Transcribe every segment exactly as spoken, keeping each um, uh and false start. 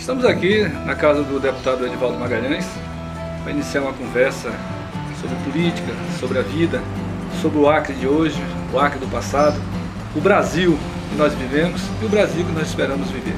Estamos aqui na casa do deputado Edivaldo Magalhães para iniciar uma conversa sobre política, sobre a vida, sobre o Acre de hoje, o Acre do passado, o Brasil que nós vivemos e o Brasil que nós esperamos viver.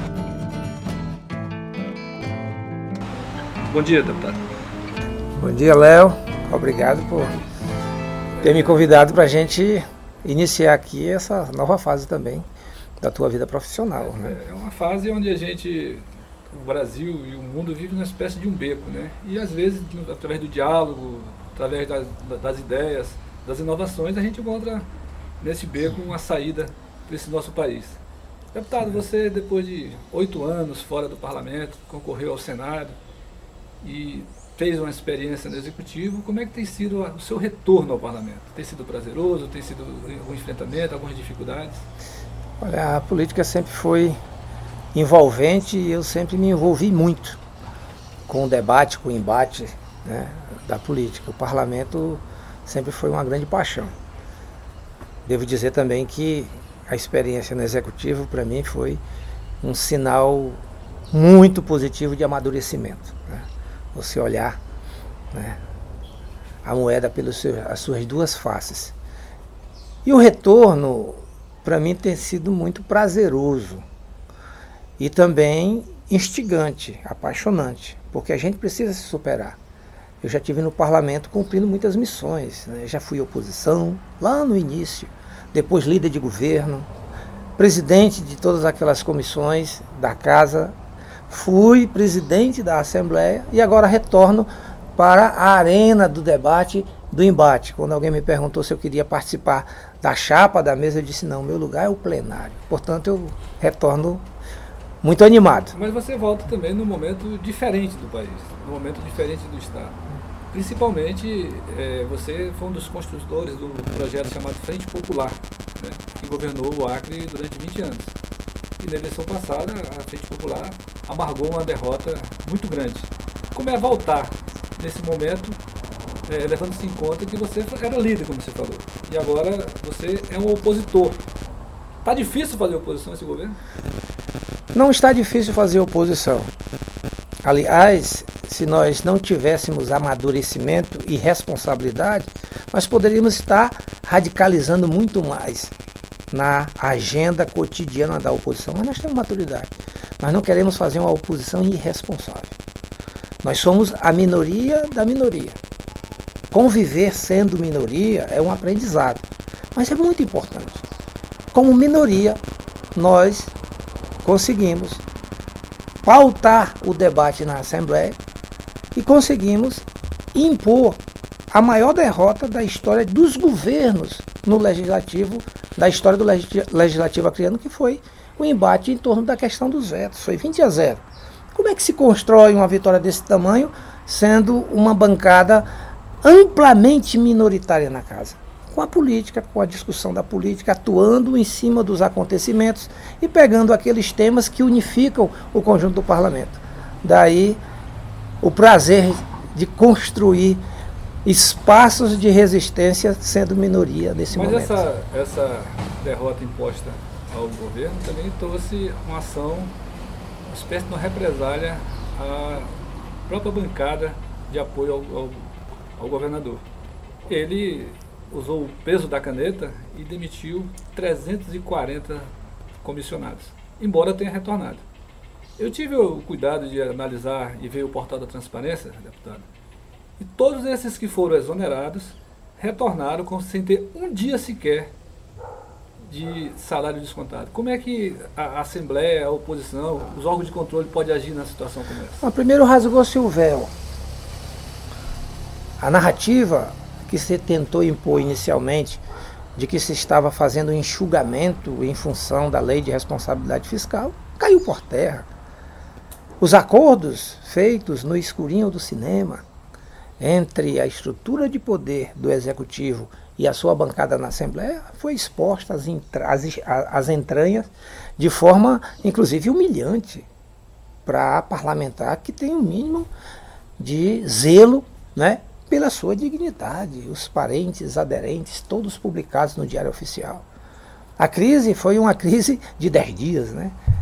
Bom dia, deputado. Bom dia, Léo. Obrigado por ter me convidado para a gente iniciar aqui essa nova fase também da tua vida profissional. Né? É uma fase onde a gente, o Brasil e o mundo vivem numa espécie de um beco, né? E às vezes, através do diálogo, através das, das ideias, das inovações, a gente encontra nesse beco uma saída para esse nosso país. Deputado, você depois de oito anos fora do parlamento, concorreu ao Senado e fez uma experiência no Executivo, como é que tem sido o seu retorno ao parlamento? Tem sido prazeroso? Tem sido algum enfrentamento, algumas dificuldades? Olha, a política sempre foi envolvente e eu sempre me envolvi muito com o debate, com o embate, né, da política. O parlamento sempre foi uma grande paixão. Devo dizer também que a experiência no Executivo, para mim, foi um sinal muito positivo de amadurecimento. Né? Você olhar, né, a moeda pelas suas duas faces. E o retorno, para mim, tem sido muito prazeroso e também instigante, apaixonante, porque a gente precisa se superar. Eu já estive no parlamento cumprindo muitas missões, né? Já fui oposição lá no início, depois líder de governo, presidente de todas aquelas comissões da casa, fui presidente da Assembleia e agora retorno para a arena do debate, do embate. Quando alguém me perguntou se eu queria participar da chapa da mesa, eu disse não, meu lugar é o plenário. Portanto, eu retorno muito animado. Mas você volta também num momento diferente do país, num momento diferente do Estado. Principalmente, é, você foi um dos construtores do projeto chamado Frente Popular, né, que governou o Acre durante vinte anos. E na eleição passada, a Frente Popular amargou uma derrota muito grande. Como é voltar nesse momento, é, levando-se em conta que você era líder, como você falou, e agora você é um opositor. Está difícil fazer oposição a esse governo? Não está difícil fazer oposição. Aliás, se nós não tivéssemos amadurecimento e responsabilidade, nós poderíamos estar radicalizando muito mais na agenda cotidiana da oposição. Mas nós temos maturidade. Nós não queremos fazer uma oposição irresponsável. Nós somos a minoria da minoria. Conviver sendo minoria é um aprendizado, mas é muito importante. Como minoria, nós conseguimos pautar o debate na Assembleia e conseguimos impor a maior derrota da história dos governos no Legislativo, da história do Legislativo acreano, que foi o embate em torno da questão dos vetos. Foi vinte a zero. Como é que se constrói uma vitória desse tamanho, sendo uma bancada amplamente minoritária na casa? Com a política, com a discussão da política, atuando em cima dos acontecimentos e pegando aqueles temas que unificam o conjunto do parlamento. Daí o prazer de construir espaços de resistência sendo minoria nesse Mas momento. Mas essa, essa derrota imposta ao governo também trouxe uma ação, uma espécie de uma represália à própria bancada de apoio ao, ao, ao governador. Ele usou o peso da caneta e demitiu trezentos e quarenta comissionados, embora tenha retornado. Eu tive o cuidado de analisar e ver o portal da transparência, deputado, e todos esses que foram exonerados retornaram com, sem ter um dia sequer de salário descontado. Como é que a Assembleia, a oposição, os órgãos de controle podem agir na situação como essa? Bom, primeiro rasgou-se o véu. A narrativa que se tentou impor inicialmente de que se estava fazendo um enxugamento em função da lei de responsabilidade fiscal, caiu por terra. Os acordos feitos no escurinho do cinema entre a estrutura de poder do Executivo e a sua bancada na Assembleia foi exposta às, entra- às, às entranhas de forma, inclusive, humilhante para parlamentar que tem um mínimo de zelo, né, pela sua dignidade. Os parentes, aderentes, todos publicados no Diário Oficial. A crise foi uma crise de dez dias, né?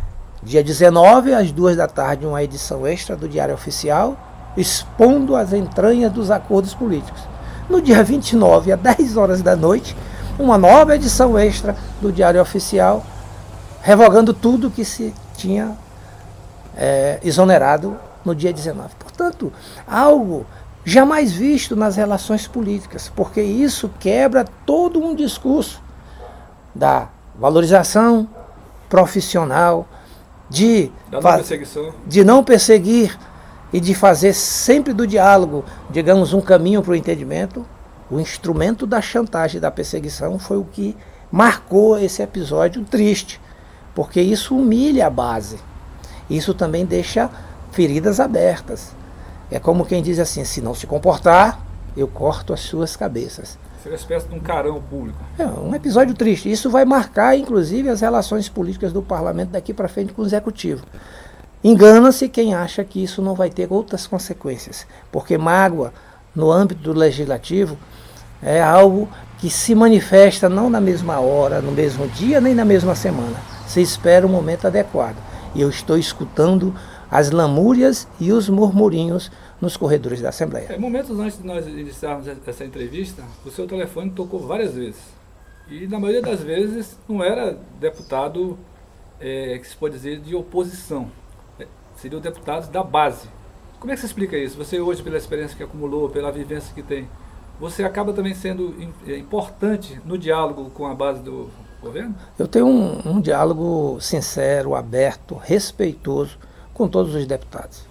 Dia dezenove, às duas da tarde, uma edição extra do Diário Oficial, expondo as entranhas dos acordos políticos. No dia vinte e nove, às dez horas da noite, uma nova edição extra do Diário Oficial, revogando tudo que se tinha é, exonerado no dia dezenove. Portanto, algo jamais visto nas relações políticas, porque isso quebra todo um discurso da valorização profissional, de, da não perseguição. de não perseguir e de fazer sempre do diálogo, digamos, um caminho para o entendimento. O instrumento da chantagem e da perseguição foi o que marcou esse episódio triste, porque isso humilha a base. Isso também deixa feridas abertas. É como quem diz assim, se não se comportar, eu corto as suas cabeças. Seria uma espécie de um carão público. É um episódio triste. Isso vai marcar, inclusive, as relações políticas do parlamento daqui para frente com o executivo. Engana-se quem acha que isso não vai ter outras consequências, porque mágoa, no âmbito do legislativo, é algo que se manifesta não na mesma hora, no mesmo dia, nem na mesma semana. Se espera o momento adequado. E eu estou escutando as lamúrias e os murmurinhos nos corredores da Assembleia. É, momentos antes de nós iniciarmos essa entrevista, o seu telefone tocou várias vezes. E na maioria das vezes não era deputado, é, que se pode dizer, de oposição. É, seriam deputados da base. Como é que você explica isso? Você hoje, pela experiência que acumulou, pela vivência que tem, você acaba também sendo importante no diálogo com a base do governo? Eu tenho um, um diálogo sincero, aberto, respeitoso com todos os deputados.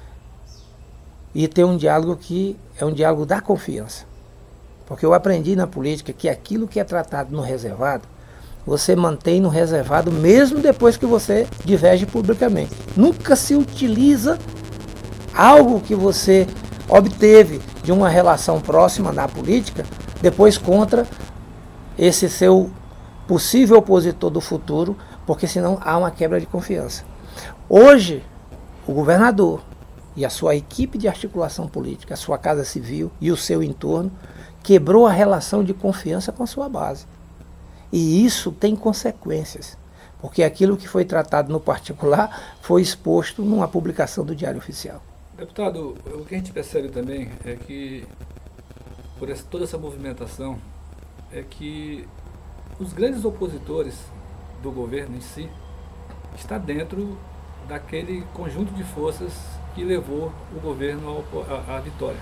E tem um diálogo que é um diálogo da confiança. Porque eu aprendi na política que aquilo que é tratado no reservado, você mantém no reservado mesmo depois que você diverge publicamente. Nunca se utiliza algo que você obteve de uma relação próxima na política, depois contra esse seu possível opositor do futuro, porque senão há uma quebra de confiança. Hoje, o governador e a sua equipe de articulação política, a sua Casa Civil e o seu entorno, quebrou a relação de confiança com a sua base. E isso tem consequências, porque aquilo que foi tratado no particular foi exposto numa publicação do Diário Oficial. Deputado, o que a gente percebe também é que, por essa, toda essa movimentação, é que os grandes opositores do governo em si está dentro daquele conjunto de forças que levou o governo à vitória.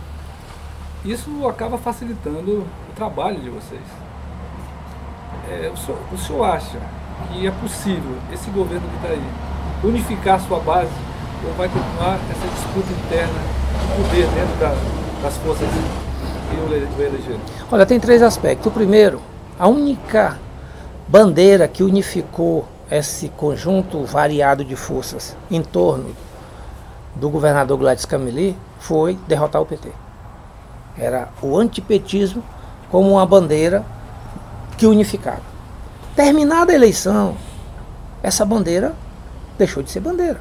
Isso acaba facilitando o trabalho de vocês. É, o, senhor, o senhor acha que é possível esse governo que está aí unificar sua base ou vai continuar essa disputa interna de poder dentro da, das forças que o elegeram? Olha, tem três aspectos. O primeiro, a única bandeira que unificou esse conjunto variado de forças em torno do governador Gladys Cameli foi derrotar o P T. Era o antipetismo como uma bandeira que unificava. Terminada a eleição, essa bandeira deixou de ser bandeira.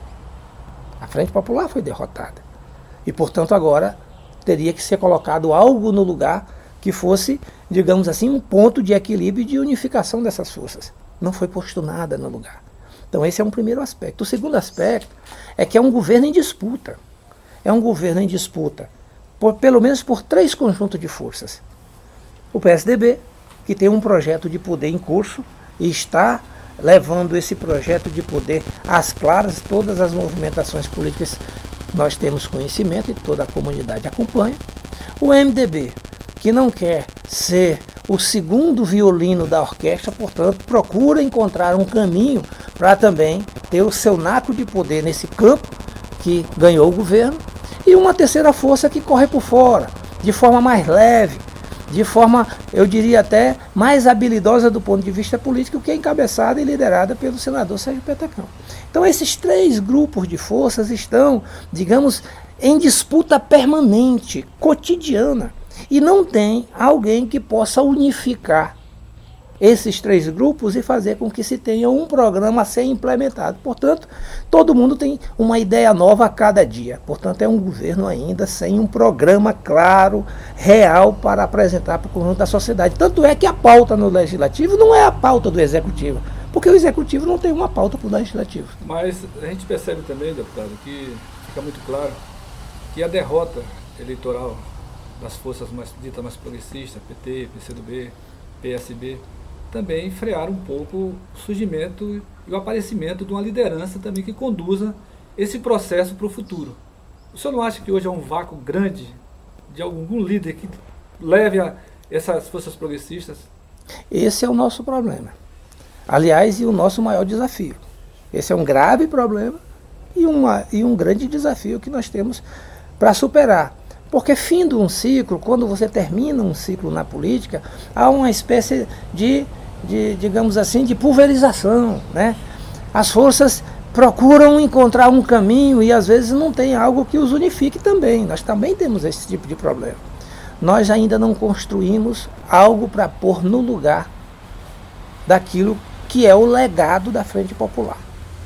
A Frente Popular foi derrotada. E, portanto, agora teria que ser colocado algo no lugar que fosse, digamos assim, um ponto de equilíbrio e de unificação dessas forças. Não foi posto nada no lugar. Então esse é um primeiro aspecto. O segundo aspecto é que é um governo em disputa. É um governo em disputa, por, pelo menos por três conjuntos de forças. O P S D B, que tem um projeto de poder em curso e está levando esse projeto de poder às claras, todas as movimentações políticas nós temos conhecimento e toda a comunidade acompanha. O M D B, que não quer ser o segundo violino da orquestra, portanto, procura encontrar um caminho para também ter o seu naco de poder nesse campo que ganhou o governo. E uma terceira força que corre por fora, de forma mais leve, de forma, eu diria até, mais habilidosa do ponto de vista político, que é encabeçada e liderada pelo senador Sérgio Petecão. Então esses três grupos de forças estão, digamos, em disputa permanente, cotidiana. E não tem alguém que possa unificar esses três grupos e fazer com que se tenha um programa a ser implementado. Portanto, todo mundo tem uma ideia nova a cada dia. Portanto, é um governo ainda sem um programa claro, real, para apresentar para o conjunto da sociedade. Tanto é que a pauta no Legislativo não é a pauta do Executivo. porque o executivo não tem uma pauta para o legislativo. Mas a gente percebe também, deputado, que fica muito claro que a derrota eleitoral das forças mais ditas mais progressistas, P T, P C do B, P S B, também frearam um pouco o surgimento e o aparecimento de uma liderança também que conduza esse processo para o futuro. O senhor não acha que hoje é um vácuo grande de algum líder que leve a essas forças progressistas? Esse é o nosso problema. Aliás, e o nosso maior desafio. Esse é um grave problema e, uma, e um grande desafio que nós temos para superar. Porque fim de um ciclo, quando você termina um ciclo na política, há uma espécie de, de digamos assim, de pulverização, né? As forças procuram encontrar um caminho e às vezes não tem algo que os unifique também. Nós também temos esse tipo de problema. Nós ainda não construímos algo para pôr no lugar daquilo que é o legado da Frente Popular.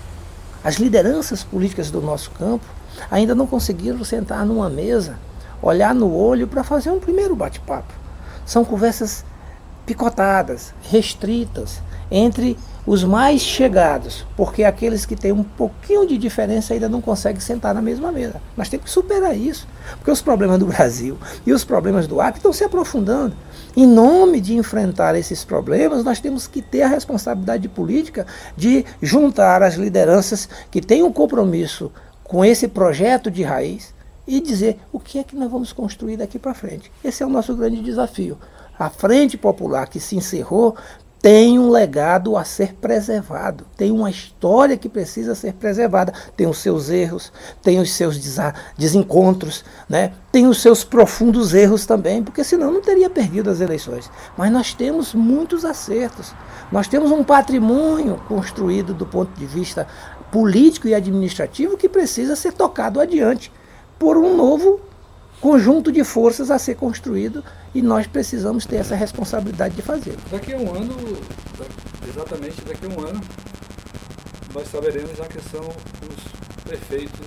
As lideranças políticas do nosso campo ainda não conseguiram sentar numa mesa, olhar no olho para fazer um primeiro bate-papo. São conversas picotadas, restritas, entre os mais chegados, porque aqueles que têm um pouquinho de diferença ainda não conseguem sentar na mesma mesa. Nós temos que superar isso, porque os problemas do Brasil e os problemas do Acre estão se aprofundando. Em nome de enfrentar esses problemas, nós temos que ter a responsabilidade política de juntar as lideranças que têm um compromisso com esse projeto de raiz e dizer o que é que nós vamos construir daqui para frente. Esse é o nosso grande desafio. A Frente Popular que se encerrou tem um legado a ser preservado, tem uma história que precisa ser preservada, tem os seus erros, tem os seus desencontros, né? Tem os seus profundos erros também, porque senão não teria perdido as eleições. Mas nós temos muitos acertos, nós temos um patrimônio construído do ponto de vista político e administrativo que precisa ser tocado adiante por um novo conjunto de forças a ser construído e nós precisamos ter essa responsabilidade de fazê-lo. Daqui a um ano, exatamente daqui a um ano, nós saberemos já que são os prefeitos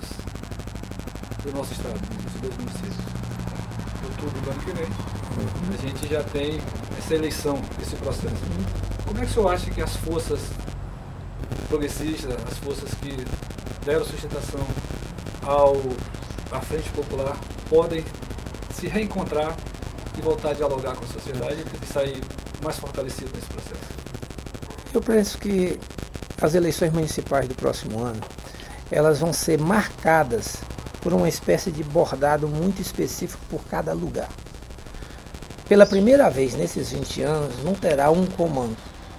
do nosso estado, dos dois municípios. Em outubro do ano que vem, a gente já tem essa eleição, esse processo. Como é que o senhor acha que as forças progressistas, as forças que deram sustentação ao, à Frente Popular, podem se reencontrar e voltar a dialogar com a sociedade e sair mais fortalecido nesse processo? Eu penso que as eleições municipais do próximo ano, elas vão ser marcadas por uma espécie de bordado muito específico por cada lugar. Pela primeira vez nesses vinte anos, não terá um comando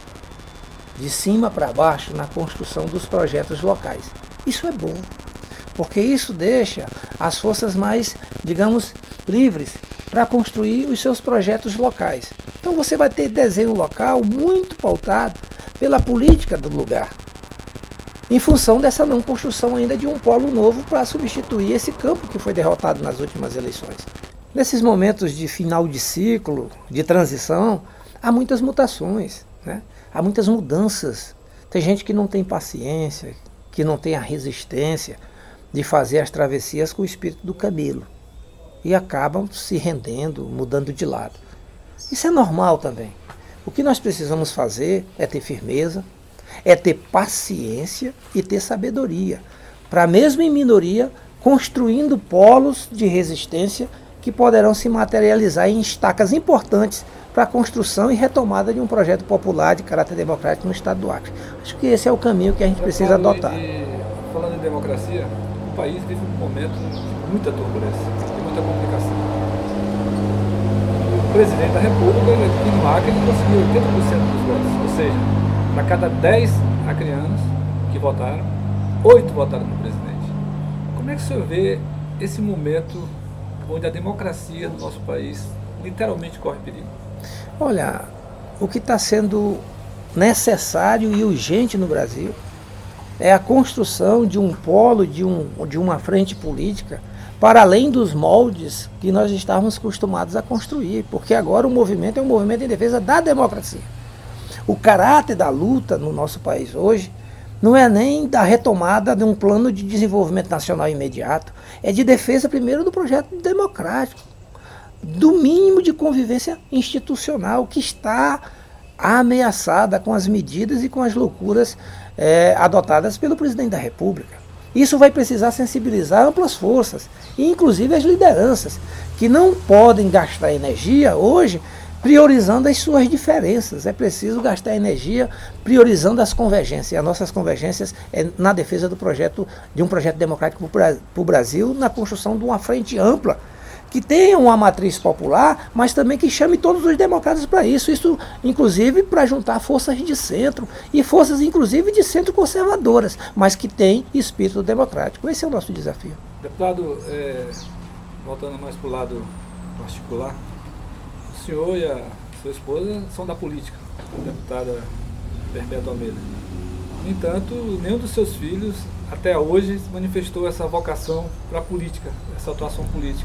de cima para baixo na construção dos projetos locais. Isso é bom, porque isso deixa as forças mais, digamos, livres para construir os seus projetos locais. Então você vai ter desenho local muito pautado pela política do lugar, em função dessa não construção ainda de um polo novo para substituir esse campo que foi derrotado nas últimas eleições. Nesses momentos de final de ciclo, de transição, há muitas mutações, né? Há muitas mudanças. Tem gente que não tem paciência, que não tem a resistência de fazer as travessias com o espírito do camelo e acabam se rendendo, mudando de lado. Isso é normal também. O que nós precisamos fazer é ter firmeza, é ter paciência e ter sabedoria, para mesmo em minoria, construindo polos de resistência que poderão se materializar em estacas importantes para a construção e retomada de um projeto popular de caráter democrático no estado do Acre. Acho que esse é o caminho que a gente Já precisa adotar. De, falando em democracia, o país vive um momento de muita turbulência, de muita complicação. O presidente da República, aqui no Acre, ele conseguiu oitenta por cento dos votos, ou seja, para cada dez acreanos que votaram, oito votaram no presidente. Como é que o senhor vê esse momento onde a democracia do nosso país literalmente corre perigo? Olha, o que está sendo necessário e urgente no Brasil é a construção de um polo, de, um, de uma frente política para além dos moldes que nós estávamos acostumados a construir, porque agora o movimento é um movimento em defesa da democracia. O caráter da luta no nosso país hoje não é nem da retomada de um plano de desenvolvimento nacional imediato, é de defesa primeiro do projeto democrático, do mínimo de convivência institucional que está ameaçada com as medidas e com as loucuras é, adotadas pelo presidente da República. Isso vai precisar sensibilizar amplas forças, inclusive as lideranças, que não podem gastar energia hoje priorizando as suas diferenças. É preciso gastar energia priorizando as convergências. E as nossas convergências é na defesa do projeto, de um projeto democrático para o Brasil, na construção de uma frente ampla, que tenha uma matriz popular, mas também que chame todos os democratas para isso. Isso, inclusive, para juntar forças de centro e forças, inclusive, de centro conservadoras, mas que tem espírito democrático. Esse é o nosso desafio. Deputado, é, voltando mais para o lado particular, o senhor e a sua esposa são da política, a deputada Perpétua Almeida. No entanto, nenhum dos seus filhos, até hoje, manifestou essa vocação para a política, essa atuação política.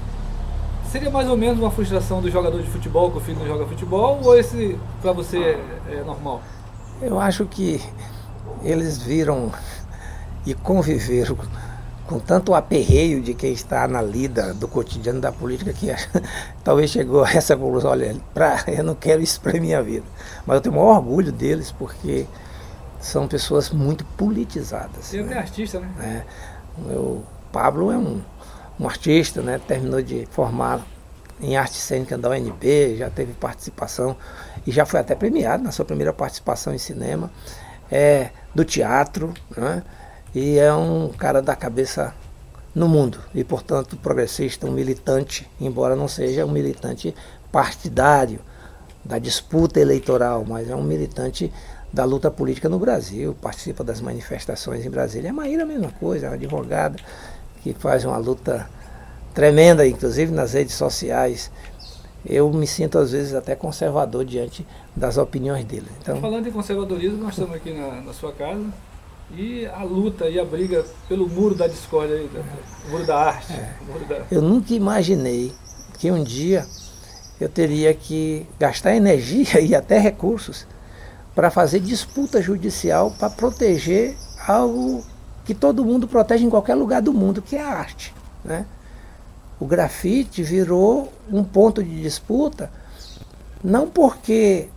Seria mais ou menos uma frustração do jogador de futebol, que o filho não joga futebol, ou esse, para você, é, é normal? Eu acho que eles viram e conviveram com tanto aperreio de quem está na lida do cotidiano da política, que talvez chegou a essa conclusão: olha, pra, eu não quero isso para a minha vida. Mas eu tenho o maior orgulho deles, porque são pessoas muito politizadas. Ele né? é artista, né? É, o Pablo é um, um artista, né? Terminou de formar em arte cênica da U N B, já teve participação e já foi até premiado na sua primeira participação em cinema, é, do teatro, né? E é um cara da cabeça no mundo e, portanto, progressista, um militante, embora não seja um militante partidário da disputa eleitoral, mas é um militante da luta política no Brasil, participa das manifestações em Brasília. A Maíra é a mesma coisa, é uma advogada que faz uma luta tremenda, inclusive nas redes sociais. Eu me sinto, às vezes, até conservador diante das opiniões dele. Então, falando em conservadorismo, nós estamos aqui na, na sua casa. E a luta e a briga pelo muro da discórdia, aí, o muro da arte. É. Muro da... Eu nunca imaginei que um dia eu teria que gastar energia e até recursos para fazer disputa judicial para proteger algo que todo mundo protege em qualquer lugar do mundo, que é a arte. Né? O grafite virou um ponto de disputa, não porque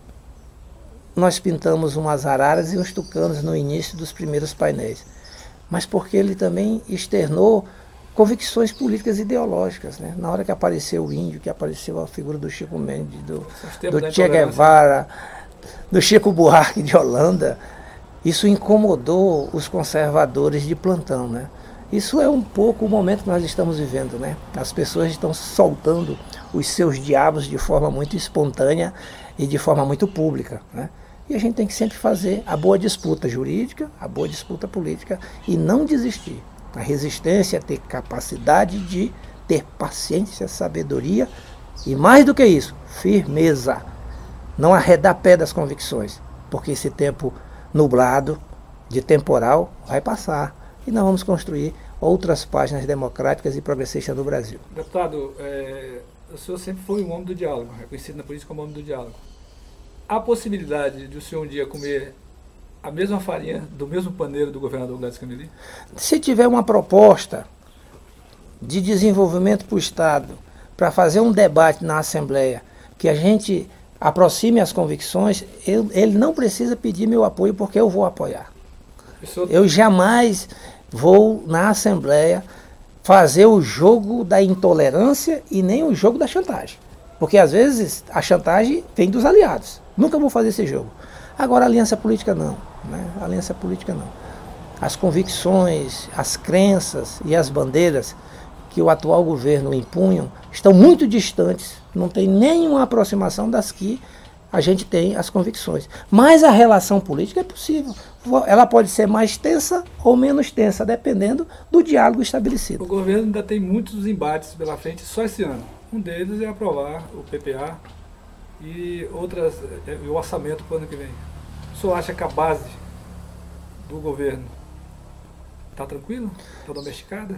nós pintamos umas araras e uns tucanos no início dos primeiros painéis, mas porque ele também externou convicções políticas e ideológicas. Né? Na hora que apareceu o índio, que apareceu a figura do Chico Mendes, do, do Che Guevara, do Chico Buarque de Holanda, isso incomodou os conservadores de plantão. Né? Isso é um pouco o momento que nós estamos vivendo. Né? As pessoas estão soltando os seus diabos de forma muito espontânea e de forma muito pública. Né? E a gente tem que sempre fazer a boa disputa jurídica, a boa disputa política e não desistir. A resistência é ter capacidade de ter paciência, sabedoria e, mais do que isso, firmeza. Não arredar pé das convicções, porque esse tempo nublado, de temporal, vai passar. E nós vamos construir outras páginas democráticas e progressistas no Brasil. Deputado, é, o senhor sempre foi um homem do diálogo, reconhecido na política como homem do diálogo. Há possibilidade de o senhor um dia comer a mesma farinha do mesmo paneiro do governador Gladys Cameli? Se tiver uma proposta de desenvolvimento para o Estado, para fazer um debate na Assembleia, que a gente aproxime as convicções, eu, ele não precisa pedir meu apoio, porque eu vou apoiar. Senhor... Eu jamais vou, na Assembleia, fazer o jogo da intolerância e nem o jogo da chantagem. Porque, às vezes, a chantagem vem dos aliados. Nunca vou fazer esse jogo. Agora, a aliança política não. Né? A aliança política não. As convicções, as crenças e as bandeiras que o atual governo impunham estão muito distantes, não tem nenhuma aproximação das que a gente tem as convicções. Mas a relação política é possível. Ela pode ser mais tensa ou menos tensa, dependendo do diálogo estabelecido. O governo ainda tem muitos embates pela frente só esse ano. Um deles é aprovar o P P A e outras, o orçamento para o ano que vem. O senhor acha que a base do governo está tranquila? Está domesticada?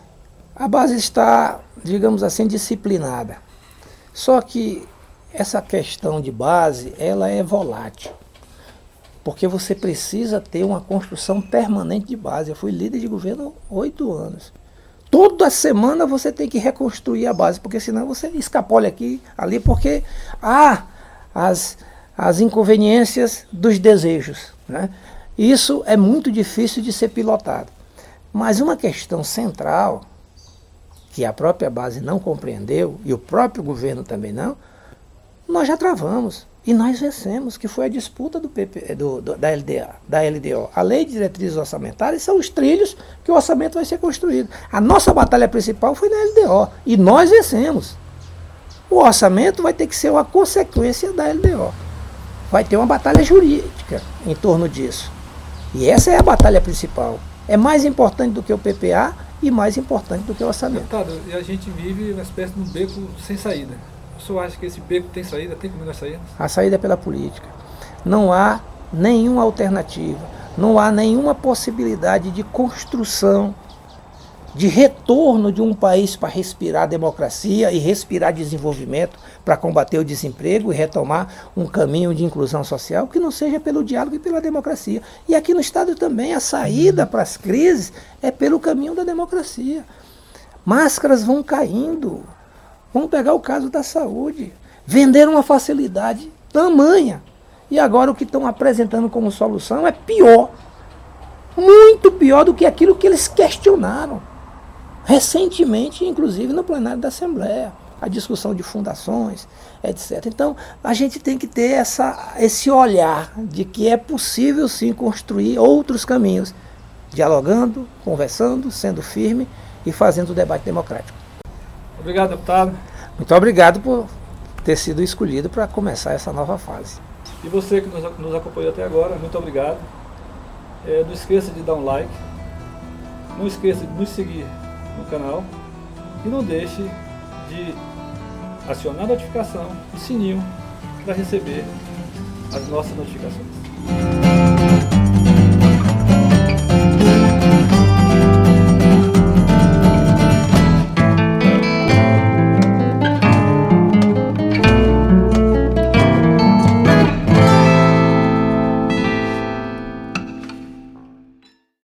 A base está, digamos assim, disciplinada. Só que essa questão de base, ela é volátil. Porque você precisa ter uma construção permanente de base. Eu fui líder de governo há oito anos. Toda semana você tem que reconstruir a base, porque senão você escapola aqui, ali, porque ah, as, as inconveniências dos desejos, né? Isso é muito difícil de ser pilotado. Mas uma questão central, que a própria base não compreendeu, e o próprio governo também não, nós já travamos e nós vencemos, que foi a disputa do P P, do, do, da, L D A, da L D O. A Lei de Diretrizes Orçamentárias são os trilhos que o orçamento vai ser construído. A nossa batalha principal foi na L D O e nós vencemos. O orçamento vai ter que ser uma consequência da L D O. Vai ter uma batalha jurídica em torno disso. E essa é a batalha principal. É mais importante do que o P P A e mais importante do que o orçamento. Deputado, e a gente vive uma espécie de um beco sem saída. O senhor acha que esse beco tem saída? Tem como nós sairmos? A saída é pela política. Não há nenhuma alternativa. Não há nenhuma possibilidade de construção, de retorno de um país para respirar democracia e respirar desenvolvimento, para combater o desemprego e retomar um caminho de inclusão social que não seja pelo diálogo e pela democracia. E aqui no Estado também a saída para as crises é pelo caminho da democracia. Máscaras vão caindo. Vamos pegar o caso da saúde. Venderam uma facilidade tamanha. E agora o que estão apresentando como solução é pior. Muito pior do que aquilo que eles questionaram. Recentemente, inclusive no plenário da Assembleia. A discussão de fundações, etcétera. Então, a gente tem que ter essa, esse olhar de que é possível sim construir outros caminhos. Dialogando, conversando, sendo firme e fazendo o debate democrático. Obrigado, deputado. Muito obrigado por ter sido escolhido para começar essa nova fase. E você que nos, nos acompanhou até agora, muito obrigado. É, não esqueça de dar um like, não esqueça de nos seguir no canal e não deixe de acionar a notificação e sininho para receber as nossas notificações.